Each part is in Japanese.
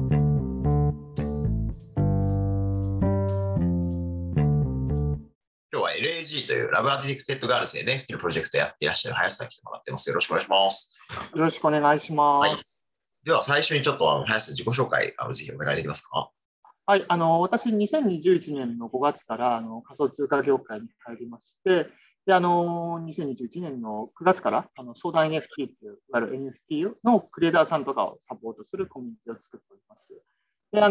今日は LAG というラブアーティテッドガールズで NFT のプロジェクトやっていらっしゃる林さん来てもらってます。よろしくお願いします。 よろしくお願いします。 はい、では最初にちょっと林さん自己紹介ぜひお願いできますか。 はい、私、2021年の5月から仮想通貨業界に入りまして、で2021年の9月から相談 NFT という、いわゆる NFT のクリエイターさんとかをサポートするコミュニティを作っております。で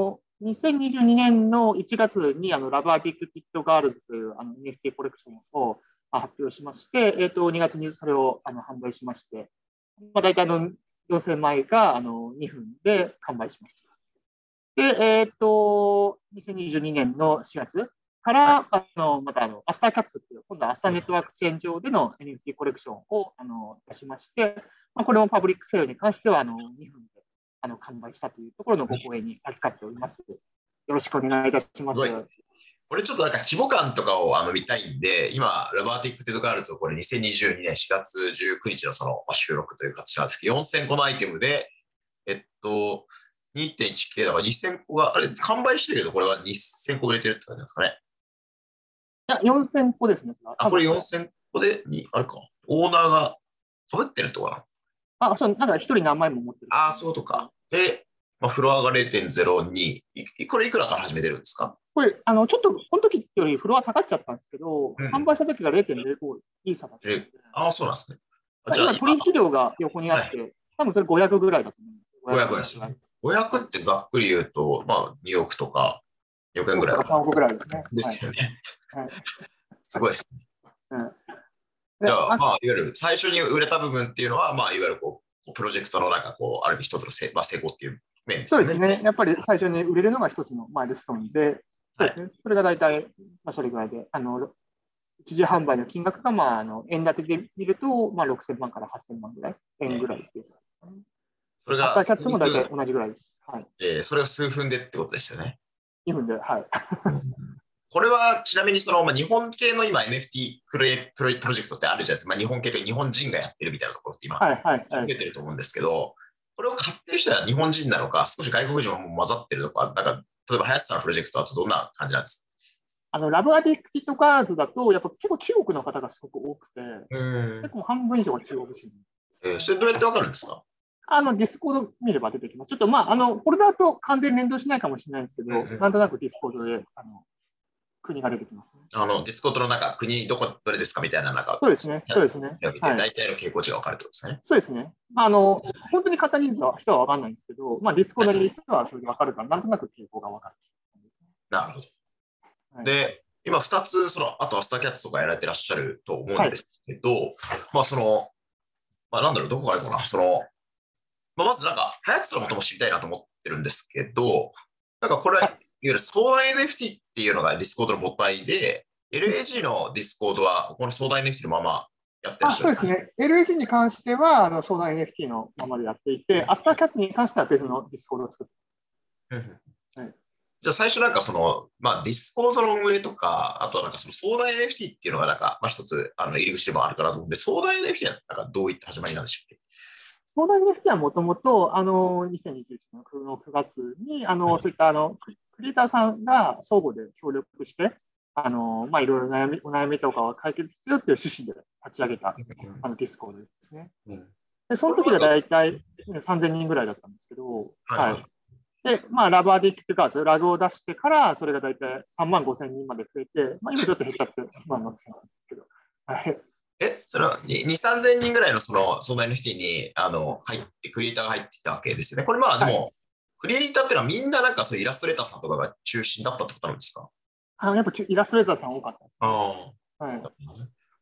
2022年の1月にラブアーティックティッドガールズというNFT コレクションを発表しまして、2月にそれを販売しまして、大体4000枚が2分で完売しました。で、2022年の4月から、またアスターキャッツという、今度はアスターネットワークチェーン上での NFT コレクションを出しまして、これもパブリックセールに関しては2分で完売したというところのご光栄に預かっております。よろしくお願いいたします。 これちょっとなんか規模感とかを見たいんで、今、ラバーティックテッドガールズをこれ2022年4月19日のその収録という形なんですけど、4000個のアイテムで、2.1K だから2000個が、あれ、完売してるけど、これは2000個売れてるって感じなんですかね。 いや、4000個ですね。 これ4000個で、あれか、オーナーが被ってるってことかな。そう、なんか一人何枚も持ってる。 そういうことか。で、フロアが 0.02。これいくらから始めてるんですか？ これ、ちょっと、この時よりフロア下がっちゃったんですけど、販売した時が 0.05 いい差だった。 そうなんですね。 じゃあ、取引量が横にあって、多分それ500ぐらいだと思うんです。500です。500ってざっくり言うと、2億とか2億円ぐらい。 3億ぐらいですね。 ですよね。 はい、 すごいですね。じゃあ、いわゆる最初に売れた部分っていうのは、いわゆるプロジェクトのなんかある意味一つの成功っていう面ですね。 そうですね。やっぱり最初に売れるのが一つのマイルストーンで、そうですね。それが大体、それぐらいで、一時販売の金額が、円建てで見ると、6000万から8000万ぐらい、円ぐらいっていう。 それが、 アスターキャッツも大体同じぐらいです。はい。 それが数分でってことですよね。 2分で、はい。 これはちなみに日本系の今 NFT プロジェクトってあるじゃないですか。日本系という日本人がやってるみたいなところって今、増えてると思うんですけど、これを買ってる人は日本人なのか、少し外国人も混ざってるとか、なんか例えば林さんのプロジェクトだとどんな感じなんですか？ ラブアディクティッドガールズだと、やっぱ結構中国の方がすごく多くて、結構半分以上が中国人。 それどうやってわかるんですか？ ディスコード見れば出てきます。ちょっとフォルダーと完全に連動しないかもしれないんですけど、なんとなくディスコードで国が出てきます、ね。 ディスコードの中、国どれですかみたいな、なんか、 そうですね。そうですね。 大体の傾向値が分かるってことですね。 そうですね。本当に簡単に人は分かんないんですけど、ディスコードにいる人はそれで分かるから、なんとなく傾向が分かる。 なるほど。で、今2つ、あとアスターキャッツとかやられてらっしゃると思うんですけど、なんだろう、どこからかな、まずなんか、流行ってたことも知りたいなと思ってるんですけど、なんかこれ、いわゆる相談 NFT っていうのがディスコードの母体で、LAG のディスコードはこの相談 NFT のままやってらっしゃる。 そうですね。LAG に関しては相談 NFT のままでやっていて、アスターキャッツに関しては別のディスコードを作ってる。じゃあ最初なんかディスコードの運営とか、あとはなんか相談 NFT っていうのがなんか、一つ入り口でもあるかなと思うんで、相談 NFT はなんかどういった始まりなんでしょうか？ 相談 NFT はもともと2021年の9月にそういったクリエイターさんが相互で協力して、いろいろお悩みとかを解決するっていう趣旨で立ち上げたディスコードですね。でその時は大体3000人ぐらいだったんですけど、で、ラブアディクトガーズ、ラグを出してから、それが大体3万5千人まで増えて、今ちょっと減っちゃって、1万6千なんですけど。 それは2、3000人ぐらいの相談 NFT に入って、クリエイターが入ってきたわけですよね。これでも、クリエイターってのはみんななんかイラストレーターさんとかが中心だったってことなんですか？ やっぱイラストレーターさん多かったです、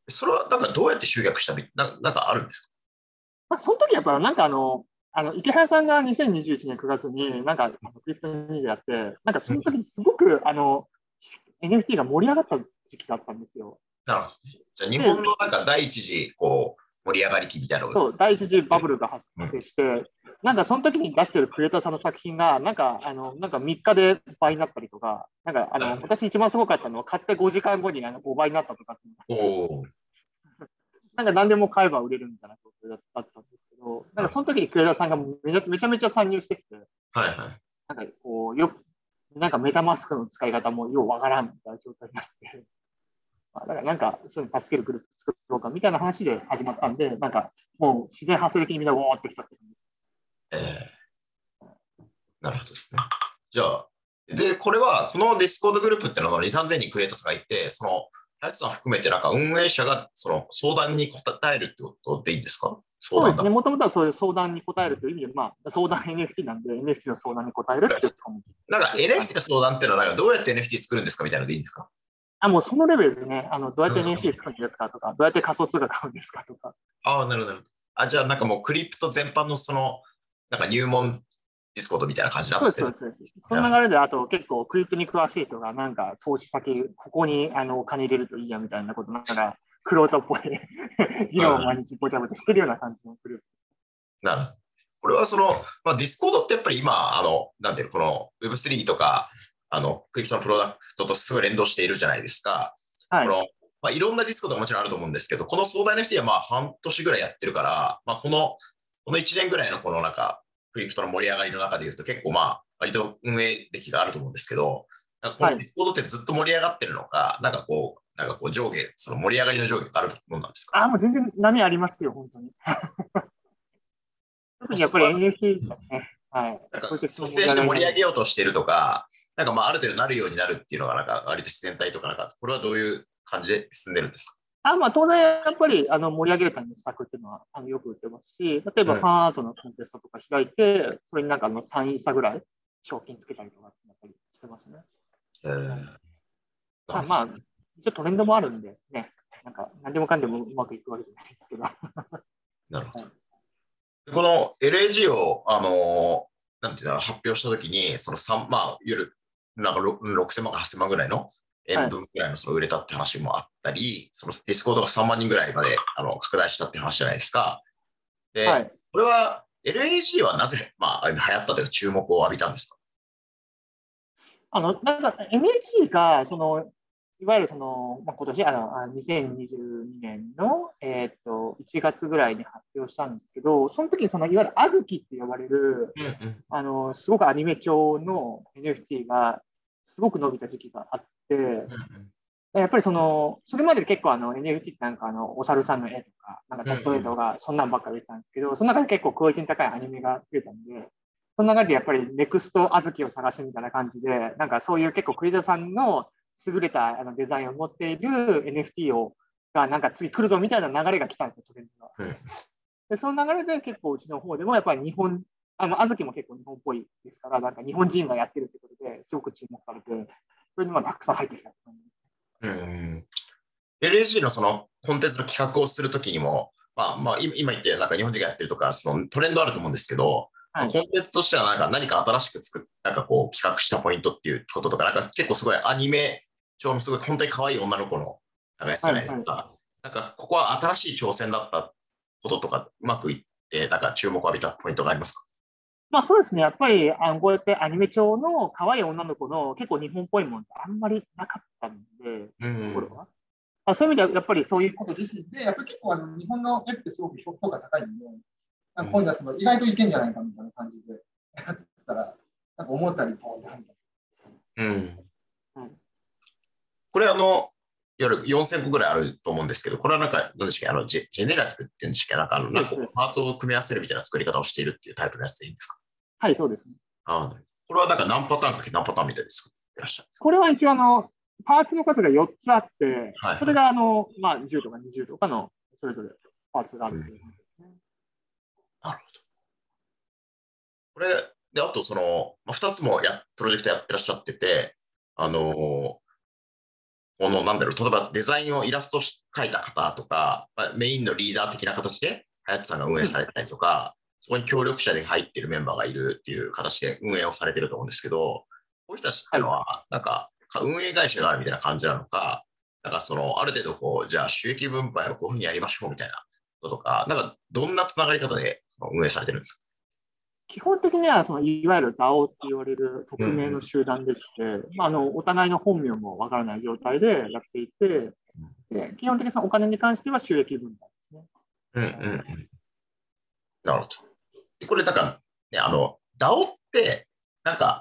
それはなんかどうやって集客したなんかあるんですか？その時やっぱなんか池原さんが2021年9月になんかクリプトニーでやって、なんかその時にすごくNFT が盛り上がった時期があったんですよ。 なるほど。じゃあ日本のなんか第一次盛り上がり期みたいな。 そう、第一次バブルが発生して、なんかその時に出してるクリエイターさんの作品が、なんか3日で倍になったりとか、なんか私一番すごかったのは、買って5時間後に5倍になったとかなんか何でも買えば売れるみたいな状況だったんですけど、なんかその時にクリエイターさんがめちゃめちゃ参入してきて、 なんかメタマスクの使い方もようわからんみたいな状態になって、だからなんかそういうの助けるグループ作ろうかみたいな話で始まったんで、なんかもう自然発生的にみんなウォーってきたって感じです。 なるほどですね。じゃあ、で、これは、このディスコードグループっていうのは2、3000人クリエイターがいて、林さん含めてなんか運営者がその相談に答えるってことでいいんですか？相談だ。 そうですね。もともとはそういう相談に答えるという意味で、まあ、相談 NFT なんで、NFT の相談に答えるっていう感じ。 なんか NFT の相談っていうのは、なんかどうやって NFT 作るんですかみたいなのでいいんですか？ もうそのレベルですね。どうやってうん、 NFT 作るんですかとか、どうやって仮想通貨買うんですかとか。 ああ、なるほど、なるほど。あ、じゃあなんかもうクリプト全般のなんか入門ディスコードみたいな感じになそうです、 ってる。 そうです。そうです。その流れで、あと結構クリプトに詳しい人が、なんか投資先、ここにお金入れるといいやみたいなこと、なんか、クロートっぽい議論を毎日ごちゃごちゃしてるような感じのグループ。 なるほど。これはまあ、ディスコードってやっぱり今、なんていうの、この Web3 とか、クリプトのプロダクトとすごい連動しているじゃないですか。 はい。 まあ、いろんなディスコードがもちろんあると思うんですけど、この壮大な FT はまあ半年ぐらいやってるから、まあ、この1年ぐらいのこのなんか、クリプトの盛り上がりの中で言うと結構まあ、割と運営歴があると思うんですけど、なんかこはい。 のディスコードってずっと盛り上がってるのか、なんかこう上下、その盛り上がりの上下があるものなんですか？ もう全然波ありますよ、本当に。特にやっぱりそこは、 NFT だね。はい。 なんかプロジェクトの盛り率先して盛り上げ上がりなので。 ようとしてるとか、なんかまあある程度なるようになるっていうのがなんか割と自然体とかなんか、これはどういう感じで進んでるんですか？ まあ、当然、やっぱり盛り上げるための施策っていうのはよく売ってますし、例えばファンアートのコンテストとか開いて、それになんか3位差ぐらい賞金つけたりとかやったりしてますね。はい、 なるほど。 まあ、一応トレンドもあるんで、ね、なんか何でもかんでもうまくいくわけじゃないですけど。 なるほはい、 ど。この LAG を、なんていうの、発表したときに、まあ、なんか6000万か8000万ぐらいの円はい、 分ぐらいの売れたって話もあったり、そのディスコードが3万人ぐらいまで拡大したって話じゃないですか。で、 はい。 これは LAG はなぜ、まあ、流行ったというか注目を浴びたんですか？ なんか NHK が、いわゆるまあ、今年、2022年の、1月ぐらいに発表したんですけど、その時にいわゆるあずきって呼ばれる、 うんうん。 すごくアニメ調の NFT がすごく伸びた時期があって、 うんやっぱりそれまで結構NFT ってなんかお猿さんの絵とか、なんかうん。 ドット絵とか、そんなんばっかり出てたんですけど、その中で結構クオリティの高いアニメが出たんで、その中でやっぱりネクストあずきを探すみたいな感じで、なんかそういう結構クリエイターさんの優れたデザインを持っている NFT がなんか次来るぞみたいな流れが来たんですよ、トレンドが。 うん。 で、その流れで結構うちの方でもやっぱりあずきも結構日本っぽいですから、なんか日本人がやってるってことですごく注目されて、それにたくさん入ってきたって感じです。 うん。LAG のそのコンテンツの企画をするときにも、まあ、今言ってなんか日本人がやってるとか、そのトレンドあると思うんですけど、コンはい。 テンツとしてはなんか何か新しくなんかこう企画したポイントっていうこととか、なんか結構すごいアニメ調のすごい本当に可愛い女の子のなんかやつじゃないはい。はい。 ですか。なんかここは新しい挑戦だったこととか、うまくいって、なんか注目を浴びたポイントがありますか？ まあそうですね。やっぱり、こうやってアニメ調の可愛い女の子の結構日本っぽいものってあんまりなかったんで、 うん。 ところは。そういう意味では、やっぱりそういうこと自身で、やっぱり結構日本の絵ってすごく評価高いんで、なんかこういうのは意外といけんじゃないかみたいな感じでやったら、なんか思ったりこう、 うん。 うん、 これいわゆる4000個ぐらいあると思うんですけど、これはなんか、何でしたっけ、ジェネラティブっていうんでしたっけ、なんか何個そうです。 かパーツを組み合わせるみたいな作り方をしているっていうタイプのやつでいいんですか？ はい、そうですね。 これはなんか何パターンかけ何パターンみたいですいらっしゃるんですか？ これは一応パーツの数が4つあって、 はいはい。 それがまあ、10とか20とかのそれぞれパーツがあるという感じですね。 なるほど。これ、で、あと2つもプロジェクトやってらっしゃってて、あの、なんだろう、例えばデザインをイラスト描いた方とか、メインのリーダー的な形で、はやつさんが運営うん。 されたりとか、そこに協力者で入っているメンバーがいるっていう形で運営をされてると思うんですけど、こういう人たちってはい。 いうのは、なんか、運営会社があるみたいな感じなのか、なんかある程度じゃあ収益分配をこういうふうにやりましょうみたいなこととか、なんか、どんなつながり方で運営されてるんですか？ 基本的にはいわゆる DAO って言われる匿名のうん集団でして、まあ、お互いの本名もわからない状態でやっていて、で基本的にそのお金に関しては収益分配ですね。 うんうんうん。なるほど。でこれ、だから、ね、DAO って、なんか、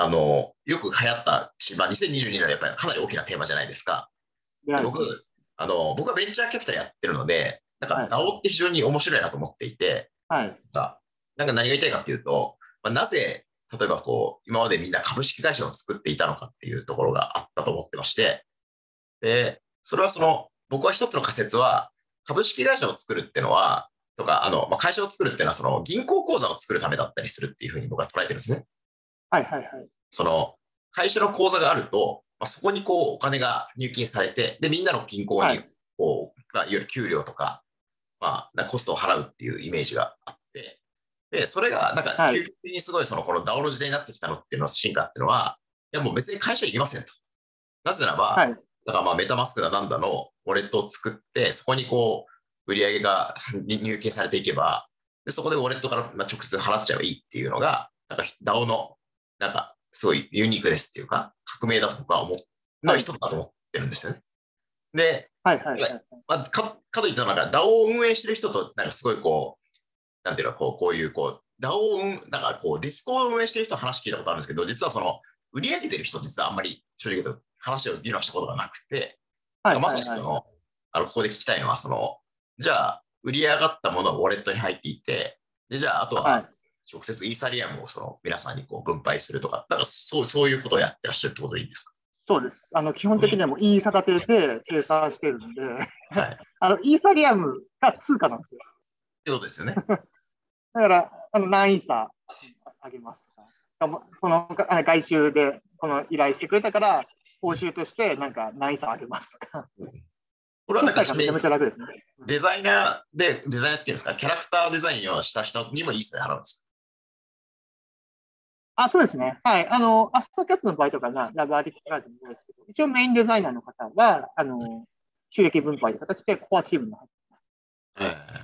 よく流行ったし、まあ、2022年はやっぱりかなり大きなテーマじゃないですか。で、僕はベンチャーキャピタルやってるので、なんか DAO って非常に面白いなと思っていて、 はい。 なんか何が言いたいかっていうと、まあ、なぜ、例えばこう、今までみんな株式会社を作っていたのかっていうところがあったと思ってまして、で、それは僕は一つの仮説は、株式会社を作るっていうのは、とか、まあ、会社を作るっていうのは、銀行口座を作るためだったりするっていうふうに僕は捉えてるんですね。 はいはいはい。 その、会社の口座があると、まあ、そこにこう、お金が入金されて、で、みんなの銀行に、こう、まあ、いわゆる給料とか、まあ、コストを払うっていうイメージがあって、で、それが、なんか、究極的にすごい、この DAO の時代になってきたのっていうの進化っていうのは、いや、もう別に会社いりませんと。なぜならば、だからまあメタマスクだなんだのウォレットを作って、そこにこう、売り上げが入金されていけば、でそこでウォレットから直接払っちゃえばいいっていうのが、なんか DAO の、なんかすごいユニークですっていうか、革命だと僕はの一つだと思ってるんですよね。で、まあ、かといってなんか DAO を運営してる人と、なんかすごいこう、なんていうの、こういうこう、DAO を、なんかこう、ディスコを運営してる人話聞いたことあるんですけど、実は売り上げてる人って実はあんまり正直言うと話を議論したことがなくて、まさにここで聞きたいのは、じゃあ、売り上がったものがウォレットに入っていて、でじゃあ、あとは直接イーサリアムを皆さんにこう分配するとか、だからそういうことをやってらっしゃるってことでいいんですか？ そうです。基本的にはもうイーサ立てて計算してるんで、イーサリアムが通貨なんですよ。 ってことですよね。 だから、何イーサあげますとか、この外注でこの依頼してくれたから、報酬としてなんか何イーサあげますとか。 これはなんかめちゃめちゃ楽ですね。 デザイナーっていうんですか、キャラクターデザインをした人にもイーサで払うんですか？そうですね。はい。アスターキャッツの場合とかが、ラバーティックラージもそうですけど、一応メインデザイナーの方は、収益分配の形でコアチームに入ってます。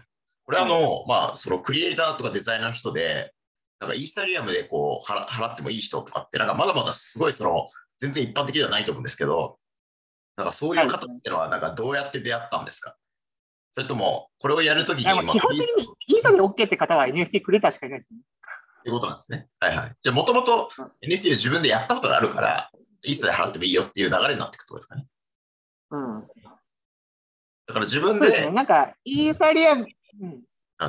これまあ、クリエイターとかデザイナーの人で、なんかイーサリアムでこう払ってもいい人とかって、なんかまだまだすごい全然一般的ではないと思うんですけど、なんかそういう方っていうのは、なんかどうやって出会ったんですか？それとも、これをやるときに、 基本的にイーサで OK って方は NFT クレーターしかいないですね。 ということなんですね。はいはい。じゃあ、もともと NFT で自分でやったことがあるから、イーサで払ってもいいよっていう流れになっていくってことですかね。 うん。 だから自分で。 そうですね。なんか、イーサリアム、うん。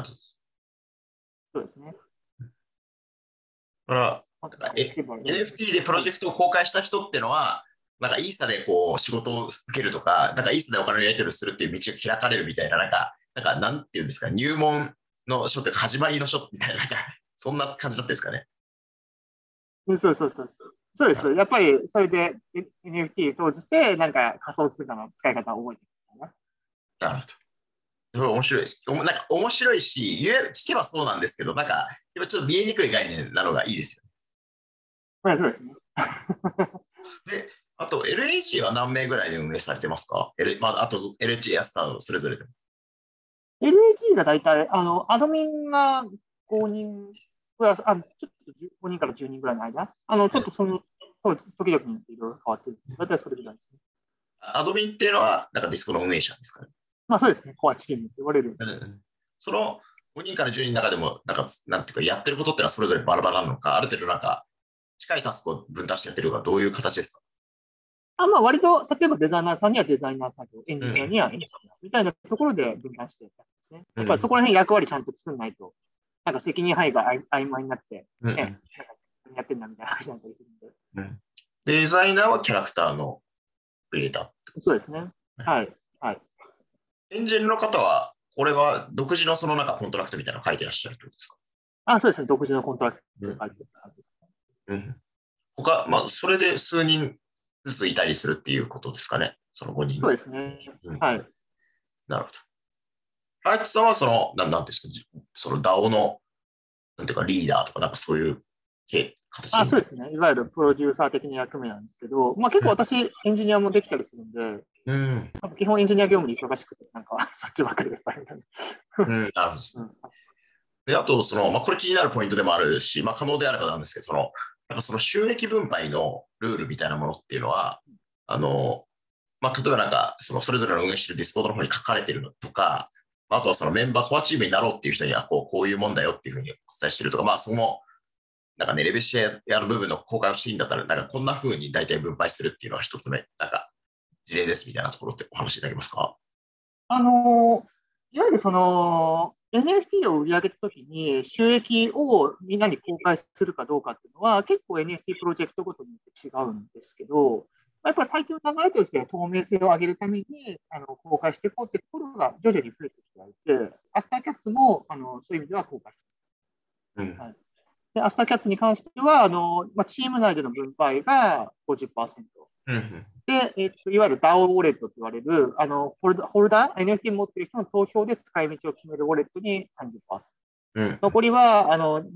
そうですね。 だから、NFT でプロジェクトを公開した人っていうのは、なんかイーサでこう仕事を受けるとか、なんかイーサでお金のやり取りするっていう道が開かれるみたいな、なんていうんですか、入門の書って始まりの書みたいな、そんな感じだったんですかね。 そうです。やっぱりそれで NFT を通じて、なんか仮想通貨の使い方を覚えてるかな。なるほど。面白いし、なんか面白いし、聞けばそうなんですけど、なんか、ちょっと見えにくい概念なのがいいですよね。はい、そうですね。 で、あと LAG は何名ぐらいで運営されてますか？まあ、あと LH やスターそれぞれでも。 LAG が大体、アドミンが5人プラス、ちょっと5人から10人ぐらいの間、ちょっと時々にいろいろ変わってる。大体それぐらいですね。 アドミンっていうのは、なんかディスコの運営者ですかね。 まあそうですね、コアチキンって言われる。 その5人から10人の中でも、なんていうか、やってることってのはそれぞれバラバラなのか、ある程度なんか、近いタスクを分担してやってるのか、どういう形ですか？ まあ割と、例えばデザイナーさんにはデザイナー作業、エンジニアにはエンジニアみたいなところで分担してやってますね。やっぱりそこら辺役割ちゃんと作んないと、なんか責任範囲が曖昧になって、ね、やってんだみたいな話になったりするんで。 デザイナーはキャラクターのクリエイター。 そうですね。はい。はい。 エンジニアの方は、これは独自のなんかコントラクトみたいなのを書いてらっしゃるってことですか？ そうですね。独自のコントラクトを書いてる感じですね。 まあ、それで数人ずついたりするっていうことですかね。その5人。 そうですね。はい。 なるほど。ハイツさんはなんですか、DAO の、なんていうか、リーダーとか、なんかそういう形そうですね。いわゆるプロデューサー的な役目なんですけど、まあ結構私、エンジニアもできたりするんで、基本エンジニア業務で忙しくて、なんか、そっちばっかりです。みたいな。 なるほどですね。で、あと、まあ、これ気になるポイントでもあるし、まあ、可能であればなんですけど、なんか収益分配のルールみたいなものっていうのは、まあ、例えばなんか、それぞれの運営してるディスコードの方に書かれてるのとか、あとはメンバー、コアチームになろうっていう人には、こういうもんだよっていうふうにお伝えしてるとか、まあ、 なんかね、レベルシェアの部分の公開をしていいんだったら、なんかこんな風に大体分配するっていうのは一つ目、なんか事例ですみたいなところってお話しいただけますか？ あの、いわゆるその NFT を売り上げたときに収益をみんなに公開するかどうかっていうのは結構 NFT プロジェクトごとによって違うんですけど、やっぱり最近の流れとして透明性を上げるために公開していこうってところが徐々に増えてきていて、アスターキャッツもそういう意味では公開してうん。 いる。はい、でアスターキャッツに関してはチーム内での分配が50%。 うん。 で、いわゆる DAO ウォレットと言われる、ホルダー、NFT 持ってる人の投票で使い道を決めるウォレットに30%。 うん。 残りは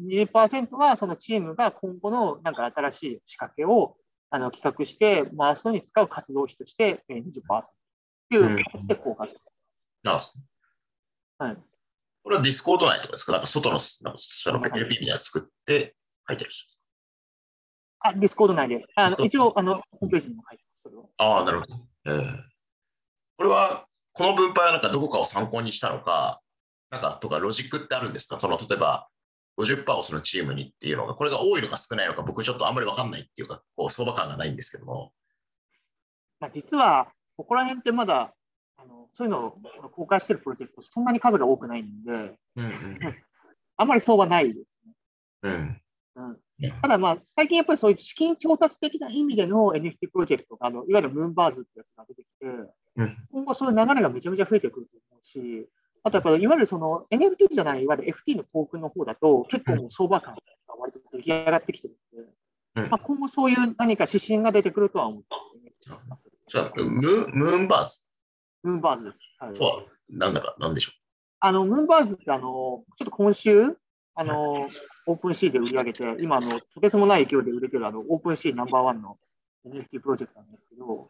20%はそのチームが今後のなんか新しい仕掛けを企画して回すのに使う活動費として20%という形で公開してあ、 ます。はい。 これはディスコード内とかですか？なんか外の、なんかそのこんな感じ LP みたいなの作って書いてる人ですディスコード内で。 か？ 一応ホームページにも書いてます。それをああ、なるほど。これは、この分配はなんかどこかを参考にしたのか、なんかとかロジックってあるんですか？その、例えば、50%をそのチームにっていうのが、これが多いのか少ないのか、僕ちょっとあんまりわかんないっていうか、こう、相場感がないんですけども。 実は、ここら辺ってまだそういうのを公開しているプロジェクト、そんなに数が多くないんで、 うんうん。 あんまり相場ないですね。 うん。 うんただ、最近やっぱりそういう資金調達的な意味での NFT プロジェクトが、いわゆるムーンバーズってやつが出てきて、 うん。 今後そういう流れがめちゃめちゃ増えてくると思うし、あとやっぱりいわゆるその NFT じゃない、いわゆる FT のトークンの方だと、結構もう相場感が割と出来上がってきてるので、 うん。 今後そういう何か指針が出てくるとは思ってますね。 じゃあ、ムーンバーズムーンバーズです。はい、 とは、なんだか、なんでしょムーンバーズってちょっと今週、 う？はい。 オープンシーで売り上げて、今とてつもない勢いで売れてるオープンシーナンバーワンの NFT プロジェクトなんですけど、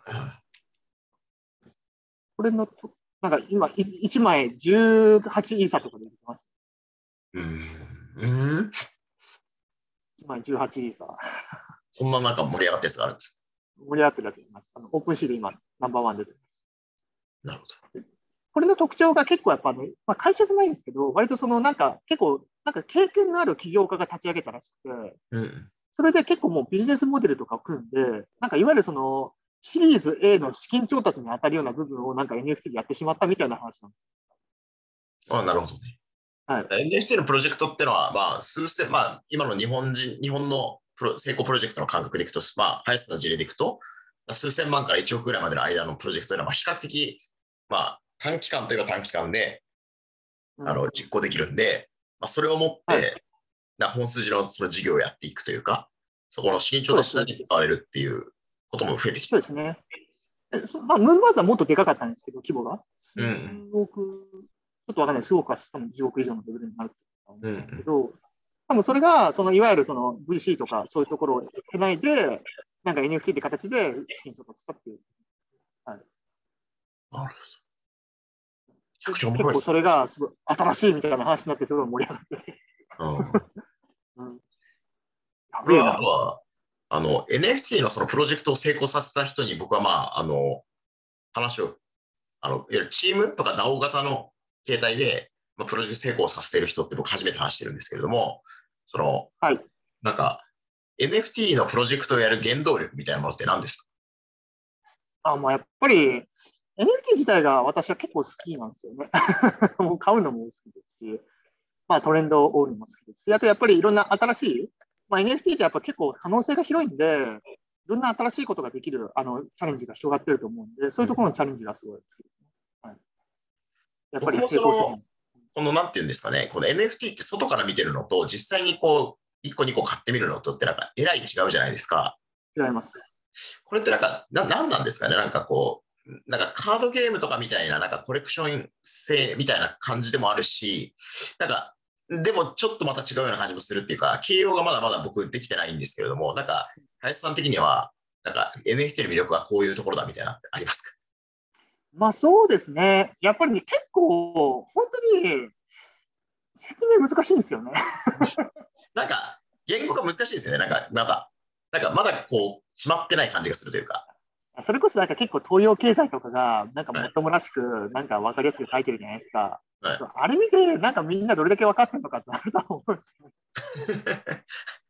これのなんか今、1枚18イーサとかで売れてます。 うん。 1枚18イーサ。 そんななんか盛り上がったやつがあるんです盛り上がってるやつがいます。オープンシーで今、ナンバーワン出てます。 か？なるほど。 これの特徴が結構やっぱね、会社じゃないんですけど、割とそのなんか結構、なんか経験のある起業家が立ち上げたらしくて、 うん。 それで結構もうビジネスモデルとかを組んで、なんかいわゆるそのシリーズ A の資金調達に当たるような部分をなんか NFT でやってしまったみたいな話なんです。 あ、なるほどね。 はい。 NFT のプロジェクトってのは、まあ、数千、まあ、今の日本の成功プロジェクトの感覚でいくと、まあ、ハイスな事例でいくと、数千万から1億ぐらいまでの間のプロジェクトというのは、まあ、比較的、まあ、短期間といえば短期間で、実行できるんで、まあ、それをもっはい。 て、本筋のその事業をやっていくというか、そこの資金調そうです。 達手段に使われるっていうことも増えてきてる。 そうですね。ムーンバーズはもっとでかかったんですけど、規模が。 うん。 数億、ちょっとわかんない、数億か多分10億以上のレベルになると思うん。 うんですけど、多分それが、いわゆるその VC とかそういうところを経ないで、なんか NFT って形で資金調達したっていう。はい、 なるほど。めちゃくちゃ面白いです結構それがすごい新しいみたいな話になってすごい盛り上がって。 ね。うん。 うん、やこれは、あべえな。 とは、NFT のそのプロジェクトを成功させた人に僕はまあ、話を、いわゆるチームとか DAO 型の形態で、まあ、プロジェクト成功させている人って僕初めて話してるんですけれども、その、 はい。 なんか、NFT のプロジェクトをやる原動力みたいなものって何ですか？ やっぱり NFT 自体が私は結構好きなんですよね。もう買うのも好きですし、トレンドを追うのも好きですし、あとやっぱりいろんな新しい、NFT ってやっぱ結構可能性が広いんで、いろんな新しいことができるチャレンジが広がってると思うんで、そういうところのチャレンジがすごい好きですね。はい、やっぱり僕も成功してるの。 このなんていうんですかね、この NFT って外から見てるのと、実際にこう、1個2個買ってみるのとってなんか、えらい違うじゃないですか。 違います。 これってなんか、なんなんですかね、なんかこう、なんかカードゲームとかみたいな、なんかコレクション性みたいな感じでもあるし、なんか、でもちょっとまた違うような感じもするっていうか、形容がまだまだ僕できてないんですけれども、なんか、林さん的には、なんか NFT の魅力はこういうところだみたいなってありますか？ そうですね。やっぱりね、結構、本当に説明難しいんですよね。 なんか、言語が難しいですよね。なんかまだこう、決まってない感じがするというか。 それこそなんか結構東洋経済とかがなんかはい。 もっともらしくなんか分かりやすく書いてるじゃないですか。 はい。 あれ見てなんかみんなどれだけ分かってるのかってなると思うんですよ。いや、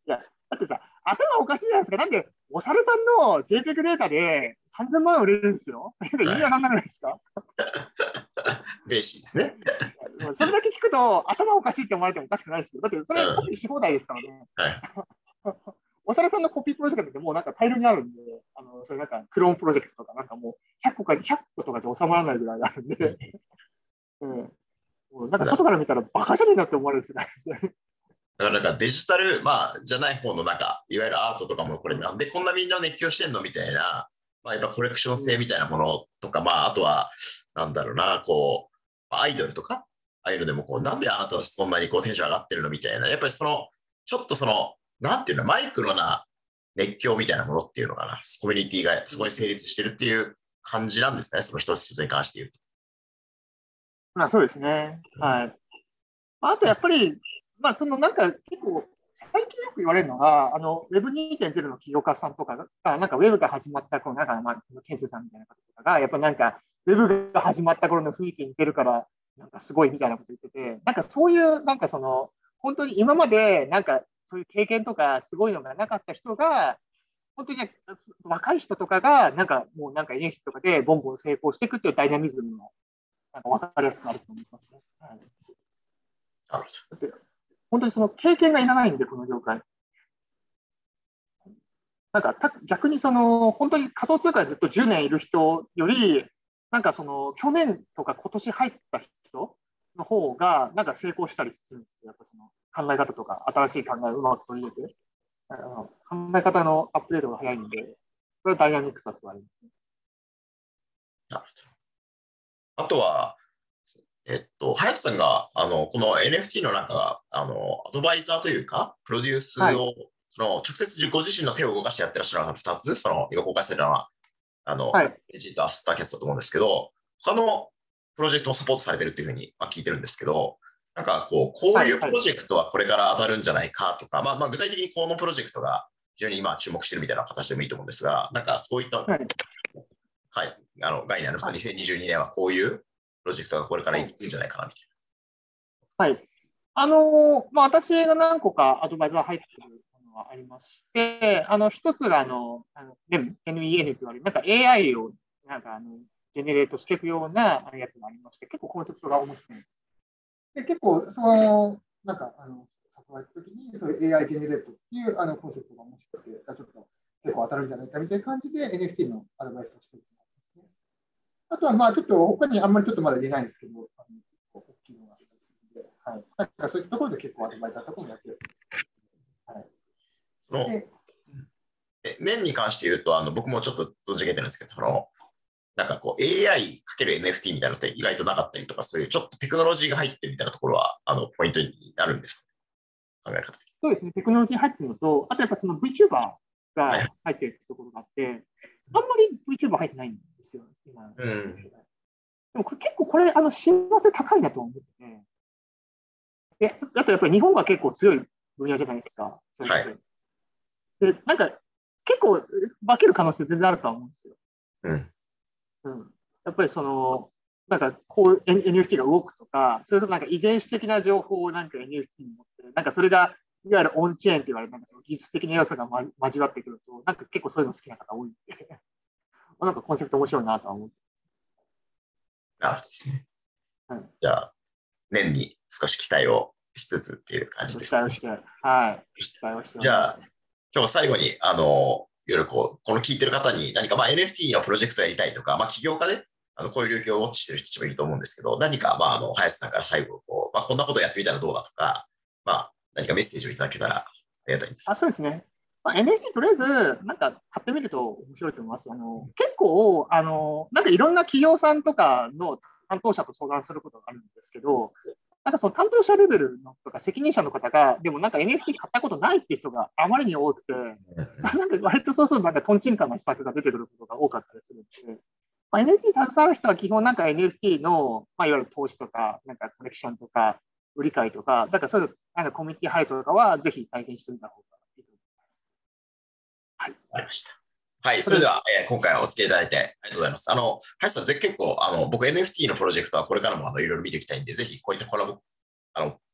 だってさ、頭おかしいじゃないですか。なんで、お猿さんの JPEG データで3000万売れるんですよ。意味わかんなくないですか？ ベーシーですね。 それだけ聞くと、頭おかしいって思われてもおかしくないですよ。だって、それコうん。 ピーし放題ですからね。 はい。 お猿さんのコピープロジェクトってもうなんか大量にあるんで、それなんかクローンプロジェクトとかなんかもう100個とかじゃ収まらないぐらいあるんで、うん、もうなんか外から見たらバカじゃねえなって思われるんですよ。 だからなんかデジタル、まあ、じゃない方のなんか、いわゆるアートとかもこれなんでこんなみんな熱狂してんのみたいな、まあ、やっぱコレクション性みたいなものとか、まあ、あとは、なんだろうな、こう、アイドルとか、ああいうのでもこう、なんであなたはそんなにこうテンション上がってるのみたいな、やっぱりその、ちょっとその、なんていうの、マイクロな熱狂みたいなものっていうのかな、コミュニティがすごい成立してるっていう感じなんですかね、その一つ一つに関して言うと。 まあそうですね。はい。あとやっぱり、まあそのなんか結構、最近よく言われるのが、Web2.0 の起業家さんとかが、なんか Web が始まった頃、なんかまあ、ケンスさんみたいな方とかが、やっぱなんか Web が始まった頃の雰囲気に似てるから、なんかすごいみたいなこと言ってて、なんかそういう、なんかその、本当に今までなんかそういう経験とかすごいのがなかった人が、本当に、ね、若い人とかが、なんかもうなんか NFT とかでボンボン成功していくっていうダイナミズムの、なんか分かりやすくなると思いますね。はい、 なるほだって本当にその経験がいらないんで、この業界。なんか逆にその本当に仮想通貨でずっと10年いる人より、なんかその去年とか今年入った人の方がなんか成功したりするんですよ。やっぱその考え方とか新しい考えをうまく取り入れて、考え方のアップデートが早いんで、それはダイナミックさとありますね。 ど。なるほど。あとは、林さんが、この NFT のなんか、アドバイザーというか、プロデュースはい。 を、その、直接ご自身の手を動かしてやってらっしゃるのが2つ、その、今公開されたのは、 はい。 エージェントアスターキャットだと思うんですけど、他のプロジェクトもサポートされてるっていうふうに聞いてるんですけど、なんかこうはい。 いうプはい。 ロジェクトはこれから当たるんじゃないかとか、まあ具体的にこのプロジェクトが非常に今注目してるみたいな形でもいいと思うんですが、なんかそういった、 はい。 はい、概念あるんですか？ はい。 2022 年はこういうプロジェクトがこれからいくんじゃないかなみたいはい。まあ、私が何個かアドバイザー入ってるものがありまして、一つがNEN と言われる、なんか AI をなんかジェネレートしていくようなやつがありまして、結構コンセプトが面白い。で、結構、なんか、誘われたときに、そういう AI ジェネレートっていうコンセプトが面白くて、ちょっと結構当たるんじゃないかみたいな感じで NFT のアドバイスをしてるんですね。あとは、まあ、ちょっと他にあんまりちょっとまだ言えないんですけど、大きいのがありますので、はい。だからそういったところで結構アドバイザーとかもやってる。はい。 な。 で、 年に関して言うと、僕もちょっと存じ上げてるんですけど、なんかAI×NFT みたいなのって意外となかったりとか、そういうちょっとテクノロジーが入ってるみたいなところは、ポイントになるんですか？考え方的に。 そうですね、テクノロジー入ってるのと、あとやっぱその VTuber はい。 が入ってるところがあって、あんまり VTuber 入ってないんですよ、今。 うん。 でも結構これ、親和性高いなと思ってて、あとやっぱり日本が結構強い分野じゃないですか、それっはい。 て。で、なんか結構化ける可能性全然あるとは思うんですよ。 うん。 うん。やっぱりその、なんかこう NFT が動くとか、それとなんか遺伝子的な情報をなんか NFT に持って、なんかそれがいわゆるオンチェーンって言われるなんかその技術的な要素が交わってくると、なんか結構そういうの好きな方多いんで、なんかコンセプト面白いなとは思って。 なるほどですね。 うん、 じゃあ、年に少し期待をしつつっていう感じですね。 期待をして、はい、期待をしております。 じゃあ、今日最後に、いろいろこの聞いてる方に何か、NFT のプロジェクトやりたいとか、起業家で、こういう領域をウォッチしてる人もいると思うんですけど、何か、隼人さんから最後、こんなことやってみたらどうだとか、何かメッセージをいただけたらありがたいんです。 そうですね。NFT とりあえず、なんか買ってみると面白いと思います。結構、なんかいろんな企業さんとかの担当者と相談することがあるんですけど、なんかその担当者レベルのとか責任者の方が、でもなんか NFT 買ったことないっていう人があまりに多くて、なんか割とそうするとなんかトンチンカンな施策が出てくることが多かったりするので、NFT 携わる人は基本なんか NFT の、いわゆる投資とか、なんかコレクションとか、売り買いとか、だからそういうなんかコミュニティ入るとかはぜひ体験してみた方がいいと思います。はい。 わかりました。はい、 それです。 それでは、今回はお付き合いいただいてありがとうございます。林さん、結構、僕 NFT のプロジェクトはこれからもいろいろ見ていきたいんで、ぜひこういったコラボ、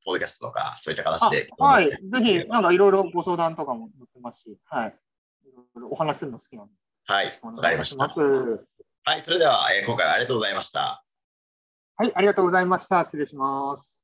ポッドキャストとか、そういった形で。 はい。ぜひ、なんかいろいろご相談とかも載ってますし、はい。いろいろお話しするの好きなんで。 はい。わかりました。はい。それでは、今回はありがとうございました。 はい。ありがとうございました。失礼します。